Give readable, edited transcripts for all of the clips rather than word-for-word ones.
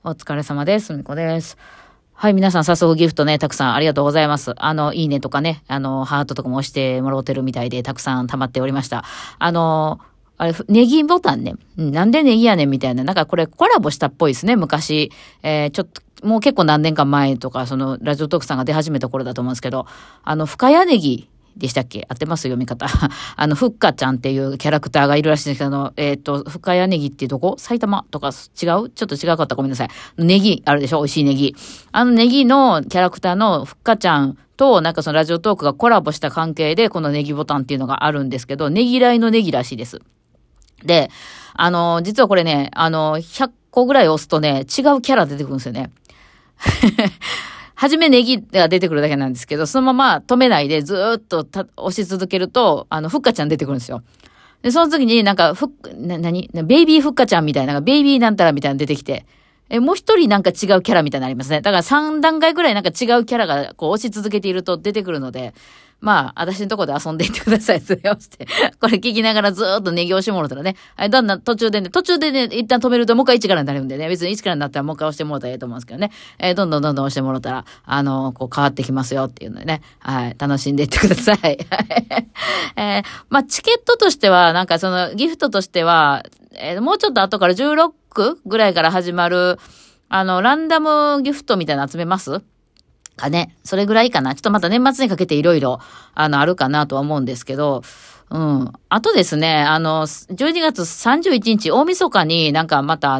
お疲れ様です。みこです。はい、皆さん早速ギフトね、たくさんありがとうございます。いいねとかね、ハートとかも押してもらってるみたいで、たくさん溜まっておりました。あれ、ネギボタンね。なんでネギやねんみたいな。なんかこれコラボしたっぽいですね、昔。ちょっと、もう結構何年か前とか、ラジオトークさんが出始めた頃だと思うんですけど、深谷ネギでしたっけ？合ってます？読み方。ふっかちゃんっていうキャラクターがいるらしいんですけど、深谷ネギってどこ？埼玉とか違う？ちょっと違うかった。ごめんなさい。ネギあるでしょ？美味しいネギ。ネギのキャラクターのふっかちゃんと、なんかそのラジオトークがコラボした関係で、このネギボタンっていうのがあるんですけど、ネギらいのネギらしいです。で、実はこれね、100個ぐらい押すとね、違うキャラ出てくるんですよね。はじめネギが出てくるだけなんですけど、そのまま止めないでずーっと押し続けると、ふっかちゃん出てくるんですよ。で、その次になんか、ベイビーふっかちゃんみたいな、ベイビーなんたらみたいなの出てきて、もう一人なんか違うキャラみたいなのありますね。だから3段階ぐらいなんか違うキャラがこう押し続けていると出てくるので、まあ、私のところで遊んでいってください。それをして。これ聞きながらずーっとネギ押してもらったらね。だんだん途中でね、一旦止めるともう一回1からになるんでね。別に1からになったらもう一回押してもらったらいいと思うんですけどね。どんどん押してもらったら、こう変わってきますよっていうのでね。はい。楽しんでいってください。まあ、チケットとしては、なんかギフトとしては、もうちょっと後から16ぐらいから始まる、ランダムギフトみたいなの集めますかね。それぐらいかな。ちょっとまた年末にかけていろいろ、あるかなとは思うんですけど、うん。あとですね、12月31日、大晦日になんかまた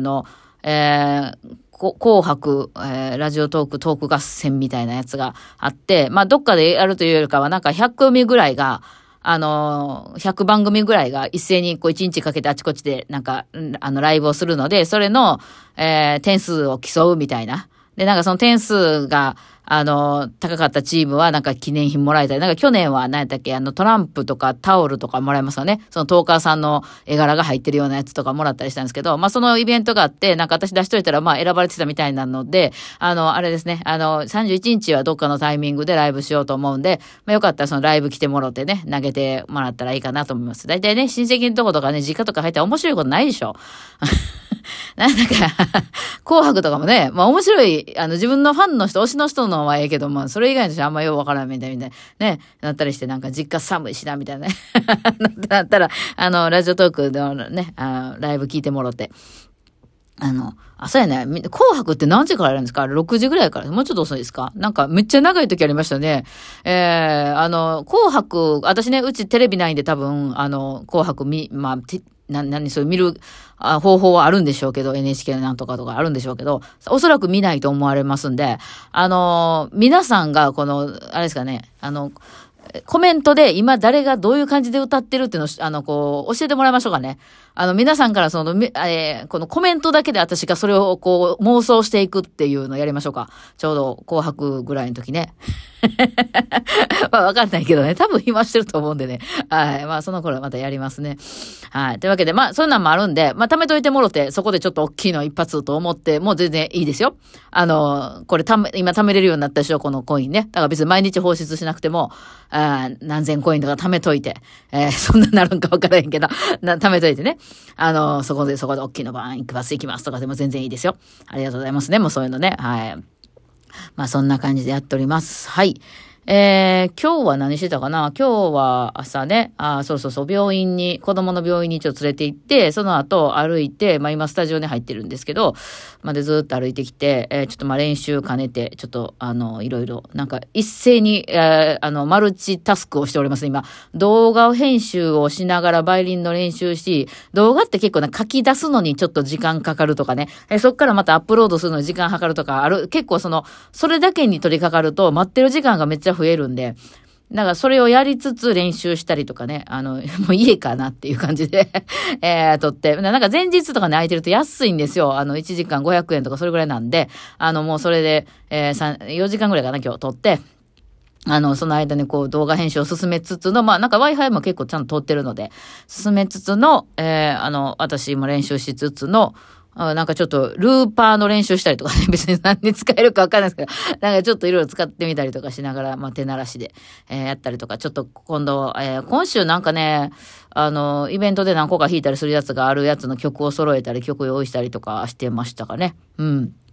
紅白、ラジオトーク合戦みたいなやつがあって、まあ、どっかでやるというよりかは、なんか100組ぐらいが、100番組ぐらいが一斉にこう1日かけてあちこちでなんか、ライブをするので、それの、点数を競うみたいな。で、なんかその点数が、高かったチームはなんか記念品もらえたり、なんか去年は何やったっけ、トランプとかタオルとかもらえますよね。そのトーカーさんの絵柄が入ってるようなやつとかもらったりしたんですけど、まあそのイベントがあって、なんか私出しといたらまあ選ばれてたみたいなので、あれですね、31日はどっかのタイミングでライブしようと思うんで、まあよかったらそのライブ来てもらってね、投げてもらったらいいかなと思います。大体ね、親戚のとことかね、実家とか入ったら面白いことないでしょ。なんだか紅白とかもね、まあ面白い、自分のファンの人、推しの人のはええけど、まあそれ以外の人あんまようわからんみたいな、ね、なったりして、なんか実家寒いしな、みたいなね。なったら、ラジオトークのね、ライブ聞いてもろて。そうやね。紅白って何時からやるんですか？ 6 時ぐらいから。もうちょっと遅いですか？なんかめっちゃ長い時ありましたね。紅白、私ね、うちテレビないんで多分、紅白まあ、それ見る方法はあるんでしょうけど、NHK なんとかとかあるんでしょうけど、おそらく見ないと思われますんで、皆さんがあれですかね、コメントで今誰がどういう感じで歌ってるっていうのを、こう、教えてもらいましょうかね。皆さんからこのコメントだけで私がそれをこう妄想していくっていうのをやりましょうか。ちょうど紅白ぐらいの時ね。まあわかんないけどね。多分暇してると思うんでね。はい。まあその頃はまたやりますね。はい。というわけで、まあそういうのもあるんで、まあ貯めといてもろて、そこでちょっと大きいの一発と思って、もう全然いいですよ。これ今貯めれるようになったでしょ、このコインね。だから別に毎日放出しなくても、何千コインとか貯めといて、そんななるんかわからへんけど、貯めといてね。そこで大きいのバーン一発いきますとかでも全然いいですよ。ありがとうございますね。もうそういうのね。はい。まあそんな感じでやっております。はい。今日は何してたかな？今日は朝ね、そう、子供の病院にちょっと連れて行って、その後歩いて、まあ今スタジオに入ってるんですけど、までずっと歩いてきて、ちょっとまあ練習兼ねて、ちょっといろいろ、なんか一斉に、マルチタスクをしております、今。動画編集をしながらバイオリンの練習し、動画って結構ね、書き出すのにちょっと時間かかるとかね、そっからまたアップロードするのに時間かかるとかある、結構それだけに取り掛かると、待ってる時間がめっちゃ増えるんで、だからそれをやりつつ練習したりとかね、もう家かなっていう感じで、撮って、なんか前日とかね空いてると安いんですよ。1時間500円とかそれぐらいなんで、もうそれで、4時間ぐらいかな今日撮って、その間にこう動画編集を進めつつの、まあなんか Wi-Fi も結構ちゃんと通ってるので、進めつつの、私も練習しつつの、なんかちょっとルーパーの練習したりとかね、別に何に使えるかわかんないですけど、なんかちょっといろいろ使ってみたりとかしながら、まあ手慣らしで、やったりとか、ちょっと今週なんかね、イベントで何個か弾いたりするやつがあるやつの曲を揃えたり、曲を用意したりとかしてましたかね。うん。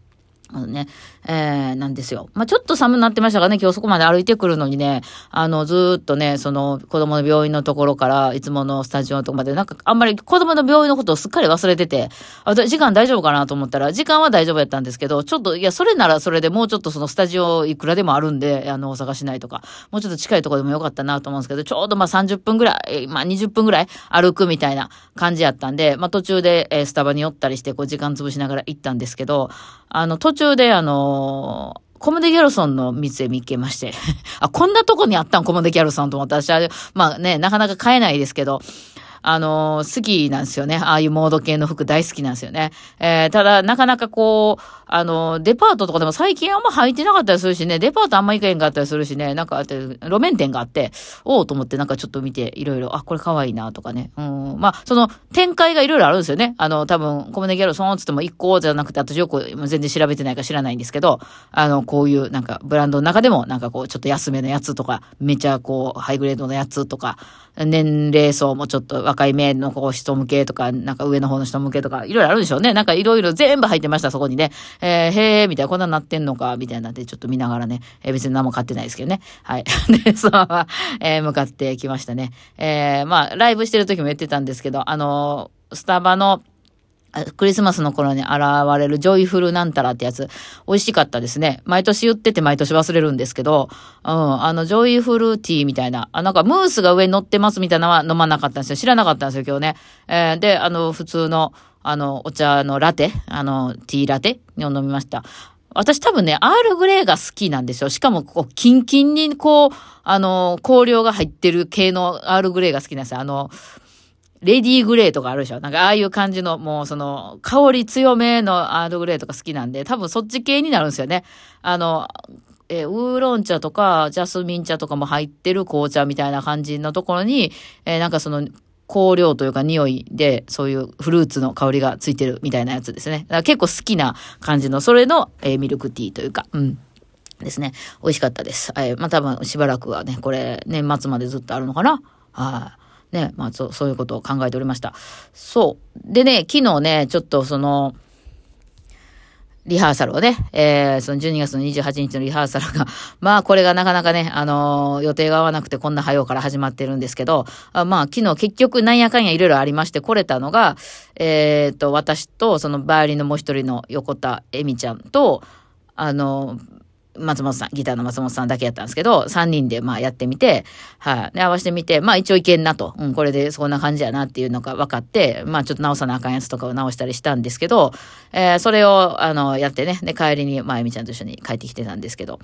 なんですよ。まあ、ちょっと寒くなってましたかね、今日そこまで歩いてくるのにね、ずーっとね、その子供の病院のところから、いつものスタジオのところまで、なんかあんまり子供の病院のことをすっかり忘れてて、時間大丈夫かなと思ったら、時間は大丈夫やったんですけど、ちょっと、いや、それならそれでもうちょっとそのスタジオいくらでもあるんで、大阪市内とか、もうちょっと近いところでもよかったなと思うんですけど、ちょうどまあ30分ぐらい、まあ20分ぐらい歩くみたいな感じやったんで、まあ途中で、スタバに寄ったりして、こう時間潰しながら行ったんですけど、途中でコムデ・ギャルソンの店見つけまして。こんなとこにあったん、コムデ・ギャルソンと思った。私は、まあね、なかなか買えないですけど、好きなんですよね。ああいうモード系の服大好きなんですよね。ただ、なかなかこう、デパートとかでも最近あんま入ってなかったりするしね、デパートあんま行けへんかったりするしね、なんか、路面店があって、おうと思ってなんかちょっと見て、いろいろ、これ可愛いなとかね。まあ、その、展開がいろいろあるんですよね。多分、コムデギャルソンつっても1個じゃなくて、私よく全然調べてないか知らないんですけど、こういうなんか、ブランドの中でも、なんかこう、ちょっと安めのやつとか、めちゃこう、ハイグレードのやつとか、年齢層もちょっと若い目の人向けとか、なんか上の方の人向けとか、いろいろあるんでしょうね。なんかいろいろ全部入ってました、そこにね。へー、みたいな、こんなになってんのか、みたいなんで、ちょっと見ながらね、別に何も買ってないですけどね。はい。で、そのまま、向かってきましたね。まあ、ライブしてる時も言ってたんですけど、スタバの、クリスマスの頃に現れるジョイフルなんたらってやつ、美味しかったですね。毎年言ってて毎年忘れるんですけど、ジョイフルティーみたいな、なんかムースが上に乗ってますみたいなのは飲まなかったんですよ。知らなかったんですよ、今日ね。で、普通の、お茶のラテ、ティーラテを飲みました。私多分ね、アールグレーが好きなんですよ。しかも、こう、キンキンに、こう、香料が入ってる系のアールグレーが好きなんですよ。レディーグレーとかあるでしょ。なんかああいう感じの、もうその、香り強めのアールグレーとか好きなんで、多分そっち系になるんですよね。ウーロン茶とか、ジャスミン茶とかも入ってる紅茶みたいな感じのところに、なんかその、香料というか匂いで、そういうフルーツの香りがついてるみたいなやつですね。だから結構好きな感じの、それの、ミルクティーというか、ですね。美味しかったです。まあ多分しばらくはね、これ、年末までずっとあるのかな。はい。ね、まあそういうことを考えておりました。そう。でね、昨日ね、ちょっとその、リハーサルをね、その12月の28日のリハーサルが、まあこれがなかなかね、予定が合わなくてこんな早うから始まってるんですけど、まあ昨日結局なんやかんやいろいろありまして来れたのが、私とそのバイオリンのもう一人の横田恵美ちゃんと、松本さん、ギターの松本さんだけやったんですけど、3人でまあやってみて、はい。で、合わせてみて、まあ一応いけんなと。これでそんな感じやなっていうのが分かって、まあちょっと直さなあかんやつとかを直したりしたんですけど、それを、やってね、で、帰りに、まあ、えみちゃんと一緒に帰ってきてたんですけど、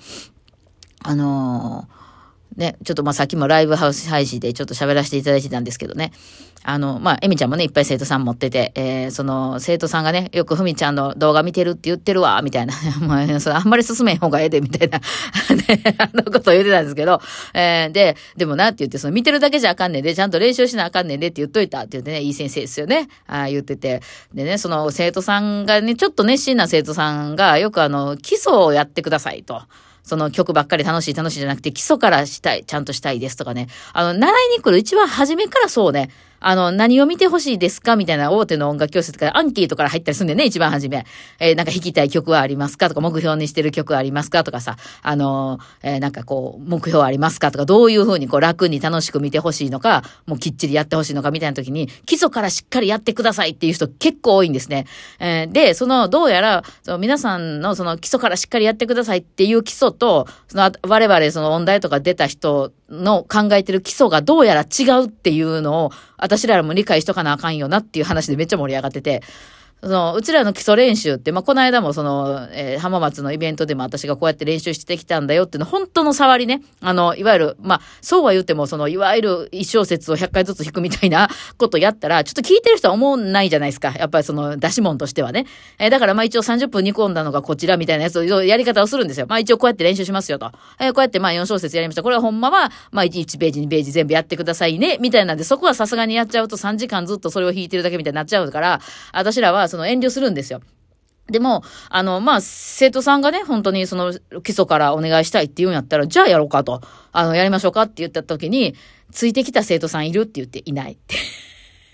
ね、ちょっとまあさっきもライブハウス配信でちょっと喋らせていただいてたんですけどね。まあ、えみちゃんもね、いっぱい生徒さん持ってて、その生徒さんがね、よくふみちゃんの動画見てるって言ってるわ、みたいな。まあ、それあんまり進めん方がええで、みたいな、ね、ことを言ってたんですけど、でもなって言って、その見てるだけじゃあかんねんで、ちゃんと練習しなあかんねんでって言っといたって言ってね、いい先生ですよね。言ってて。でね、その生徒さんがね、ちょっと熱心な生徒さんが、よく基礎をやってくださいと。その曲ばっかり楽しいじゃなくて基礎からしたい、ちゃんとしたいですとかね。習いに来る一番初めからそうね。何を見てほしいですかみたいな大手の音楽教室とかアンケートから入ったりするんだよね、一番初め。なんか弾きたい曲はありますかとか、目標にしてる曲はありますかとかさ、なんかこう、目標はありますかとか、どういうふうにこう楽に楽しく見てほしいのか、もうきっちりやってほしいのかみたいな時に、基礎からしっかりやってくださいっていう人結構多いんですね。で、どうやら、皆さんの基礎からしっかりやってくださいっていう基礎と、我々音大とか出た人の考えてる基礎がどうやら違うっていうのを、私らも理解しとかなあかんよなっていう話でめっちゃ盛り上がってて、うちらの基礎練習って、まあ、この間も浜松のイベントでも私がこうやって練習してきたんだよっていうの、本当の触りね。いわゆる、まあ、そうは言っても、いわゆる一小節を100回ずつ弾くみたいなことやったら、ちょっと聞いてる人は思わないじゃないですか。やっぱり出し物としてはね。だからまあ一応30分煮込んだのがこちらみたいなやつをやり方をするんですよ。まあ一応こうやって練習しますよと。こうやってまあ4小節やりました。これはほんまは、まあ1ページ2ページ全部やってくださいね。みたいなんで、そこはさすがにやっちゃうと3時間ずっとそれを弾いてるだけみたいになっちゃうから、私らは遠慮するんですよ。でも、まあ、生徒さんがね、本当に基礎からお願いしたいって言うんやったら、じゃあやろうかと、やりましょうかって言った時に、ついてきた生徒さんいるって言っていないって。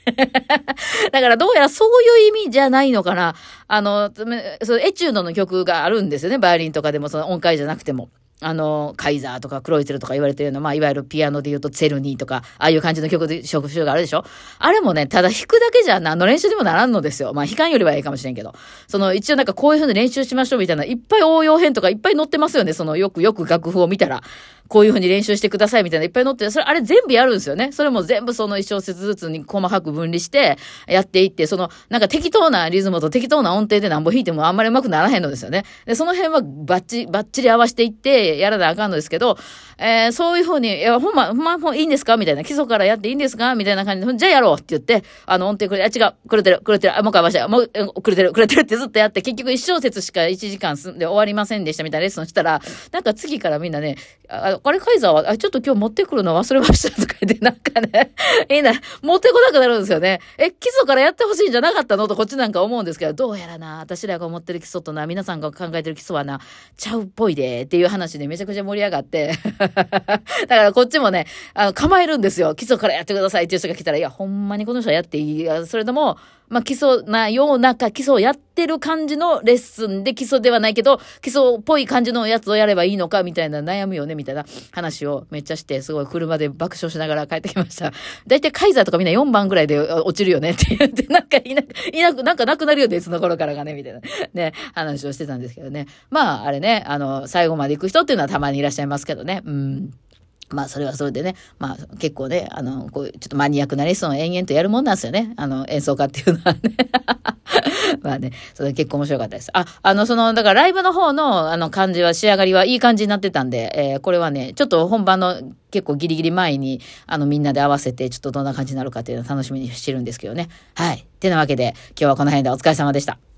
だからどうやらそういう意味じゃないのかな。そのエチュードの曲があるんですよね。バイオリンとかでもその音階じゃなくても。カイザーとかクロイツェルとか言われてるような、まあ、いわゆるピアノで言うとツェルニーとか、ああいう感じの曲で、曲集があるでしょ。あれもね、ただ弾くだけじゃ何の練習にもならんのですよ。まあ、弾かんよりはいいかもしれんけど。一応なんかこういう風に練習しましょうみたいな、いっぱい応用編とかいっぱい載ってますよね。よく楽譜を見たら。こういう風に練習してくださいみたいな、いっぱい載ってる。あれ全部やるんですよね。それも全部一小節ずつに細かく分離して、やっていって、なんか適当なリズムと適当な音程で何本弾いてもあんまり上手くならへんのですよね。で、その辺はバッチリ合わせていって、やらなあかんのですけど、そういう風に、ほんまいいんですかみたいな、基礎からやっていいんですかみたいな感じで、じゃあやろうって言って、音程違う、くれてる、もう一回合わせて、もう、くれてるってずっとやって、結局1小節しか1時間済んで終わりませんでしたみたいなレッスンしたら、なんか次からみんなね、あれカイザーは、ちょっと今日持ってくるの忘れましたとか言って、なんかね、いいな、持ってこなくなるんですよね。基礎からやってほしいんじゃなかったのとこっちなんか思うんですけど、どうやらな、私らが思ってる基礎とな、皆さんが考えてる基礎はな、ちゃうっぽいで、っていう話でめちゃくちゃ盛り上がって、だからこっちもね、構えるんですよ。基礎からやってくださいっていう人が来たら、いや、ほんまにこの人はやっていい。それとも、まあ、基礎なような基礎をやってる感じのレッスンで基礎ではないけど、基礎っぽい感じのやつをやればいいのか、みたいな悩むよね、みたいな話をめっちゃして、すごい車で爆笑しながら帰ってきました。だいたいカイザーとかみんな4番ぐらいで落ちるよねって言って、なんかなんかなくなるよね、その頃からがね、みたいなね、話をしてたんですけどね。まあ、あれね、最後まで行く人っていうのはたまにいらっしゃいますけどね。まあ、それはそれでね。まあ、結構ね、こういうちょっとマニアックなレッスンを延々とやるもんなんですよね。演奏家っていうのはね。まあね、それ結構面白かったです。だからライブの方の、感じは、仕上がりはいい感じになってたんで、これはね、ちょっと本番の結構ギリギリ前に、みんなで合わせて、ちょっとどんな感じになるかっていうのを楽しみにしてるんですけどね。はい。てなわけで、今日はこの辺でお疲れ様でした。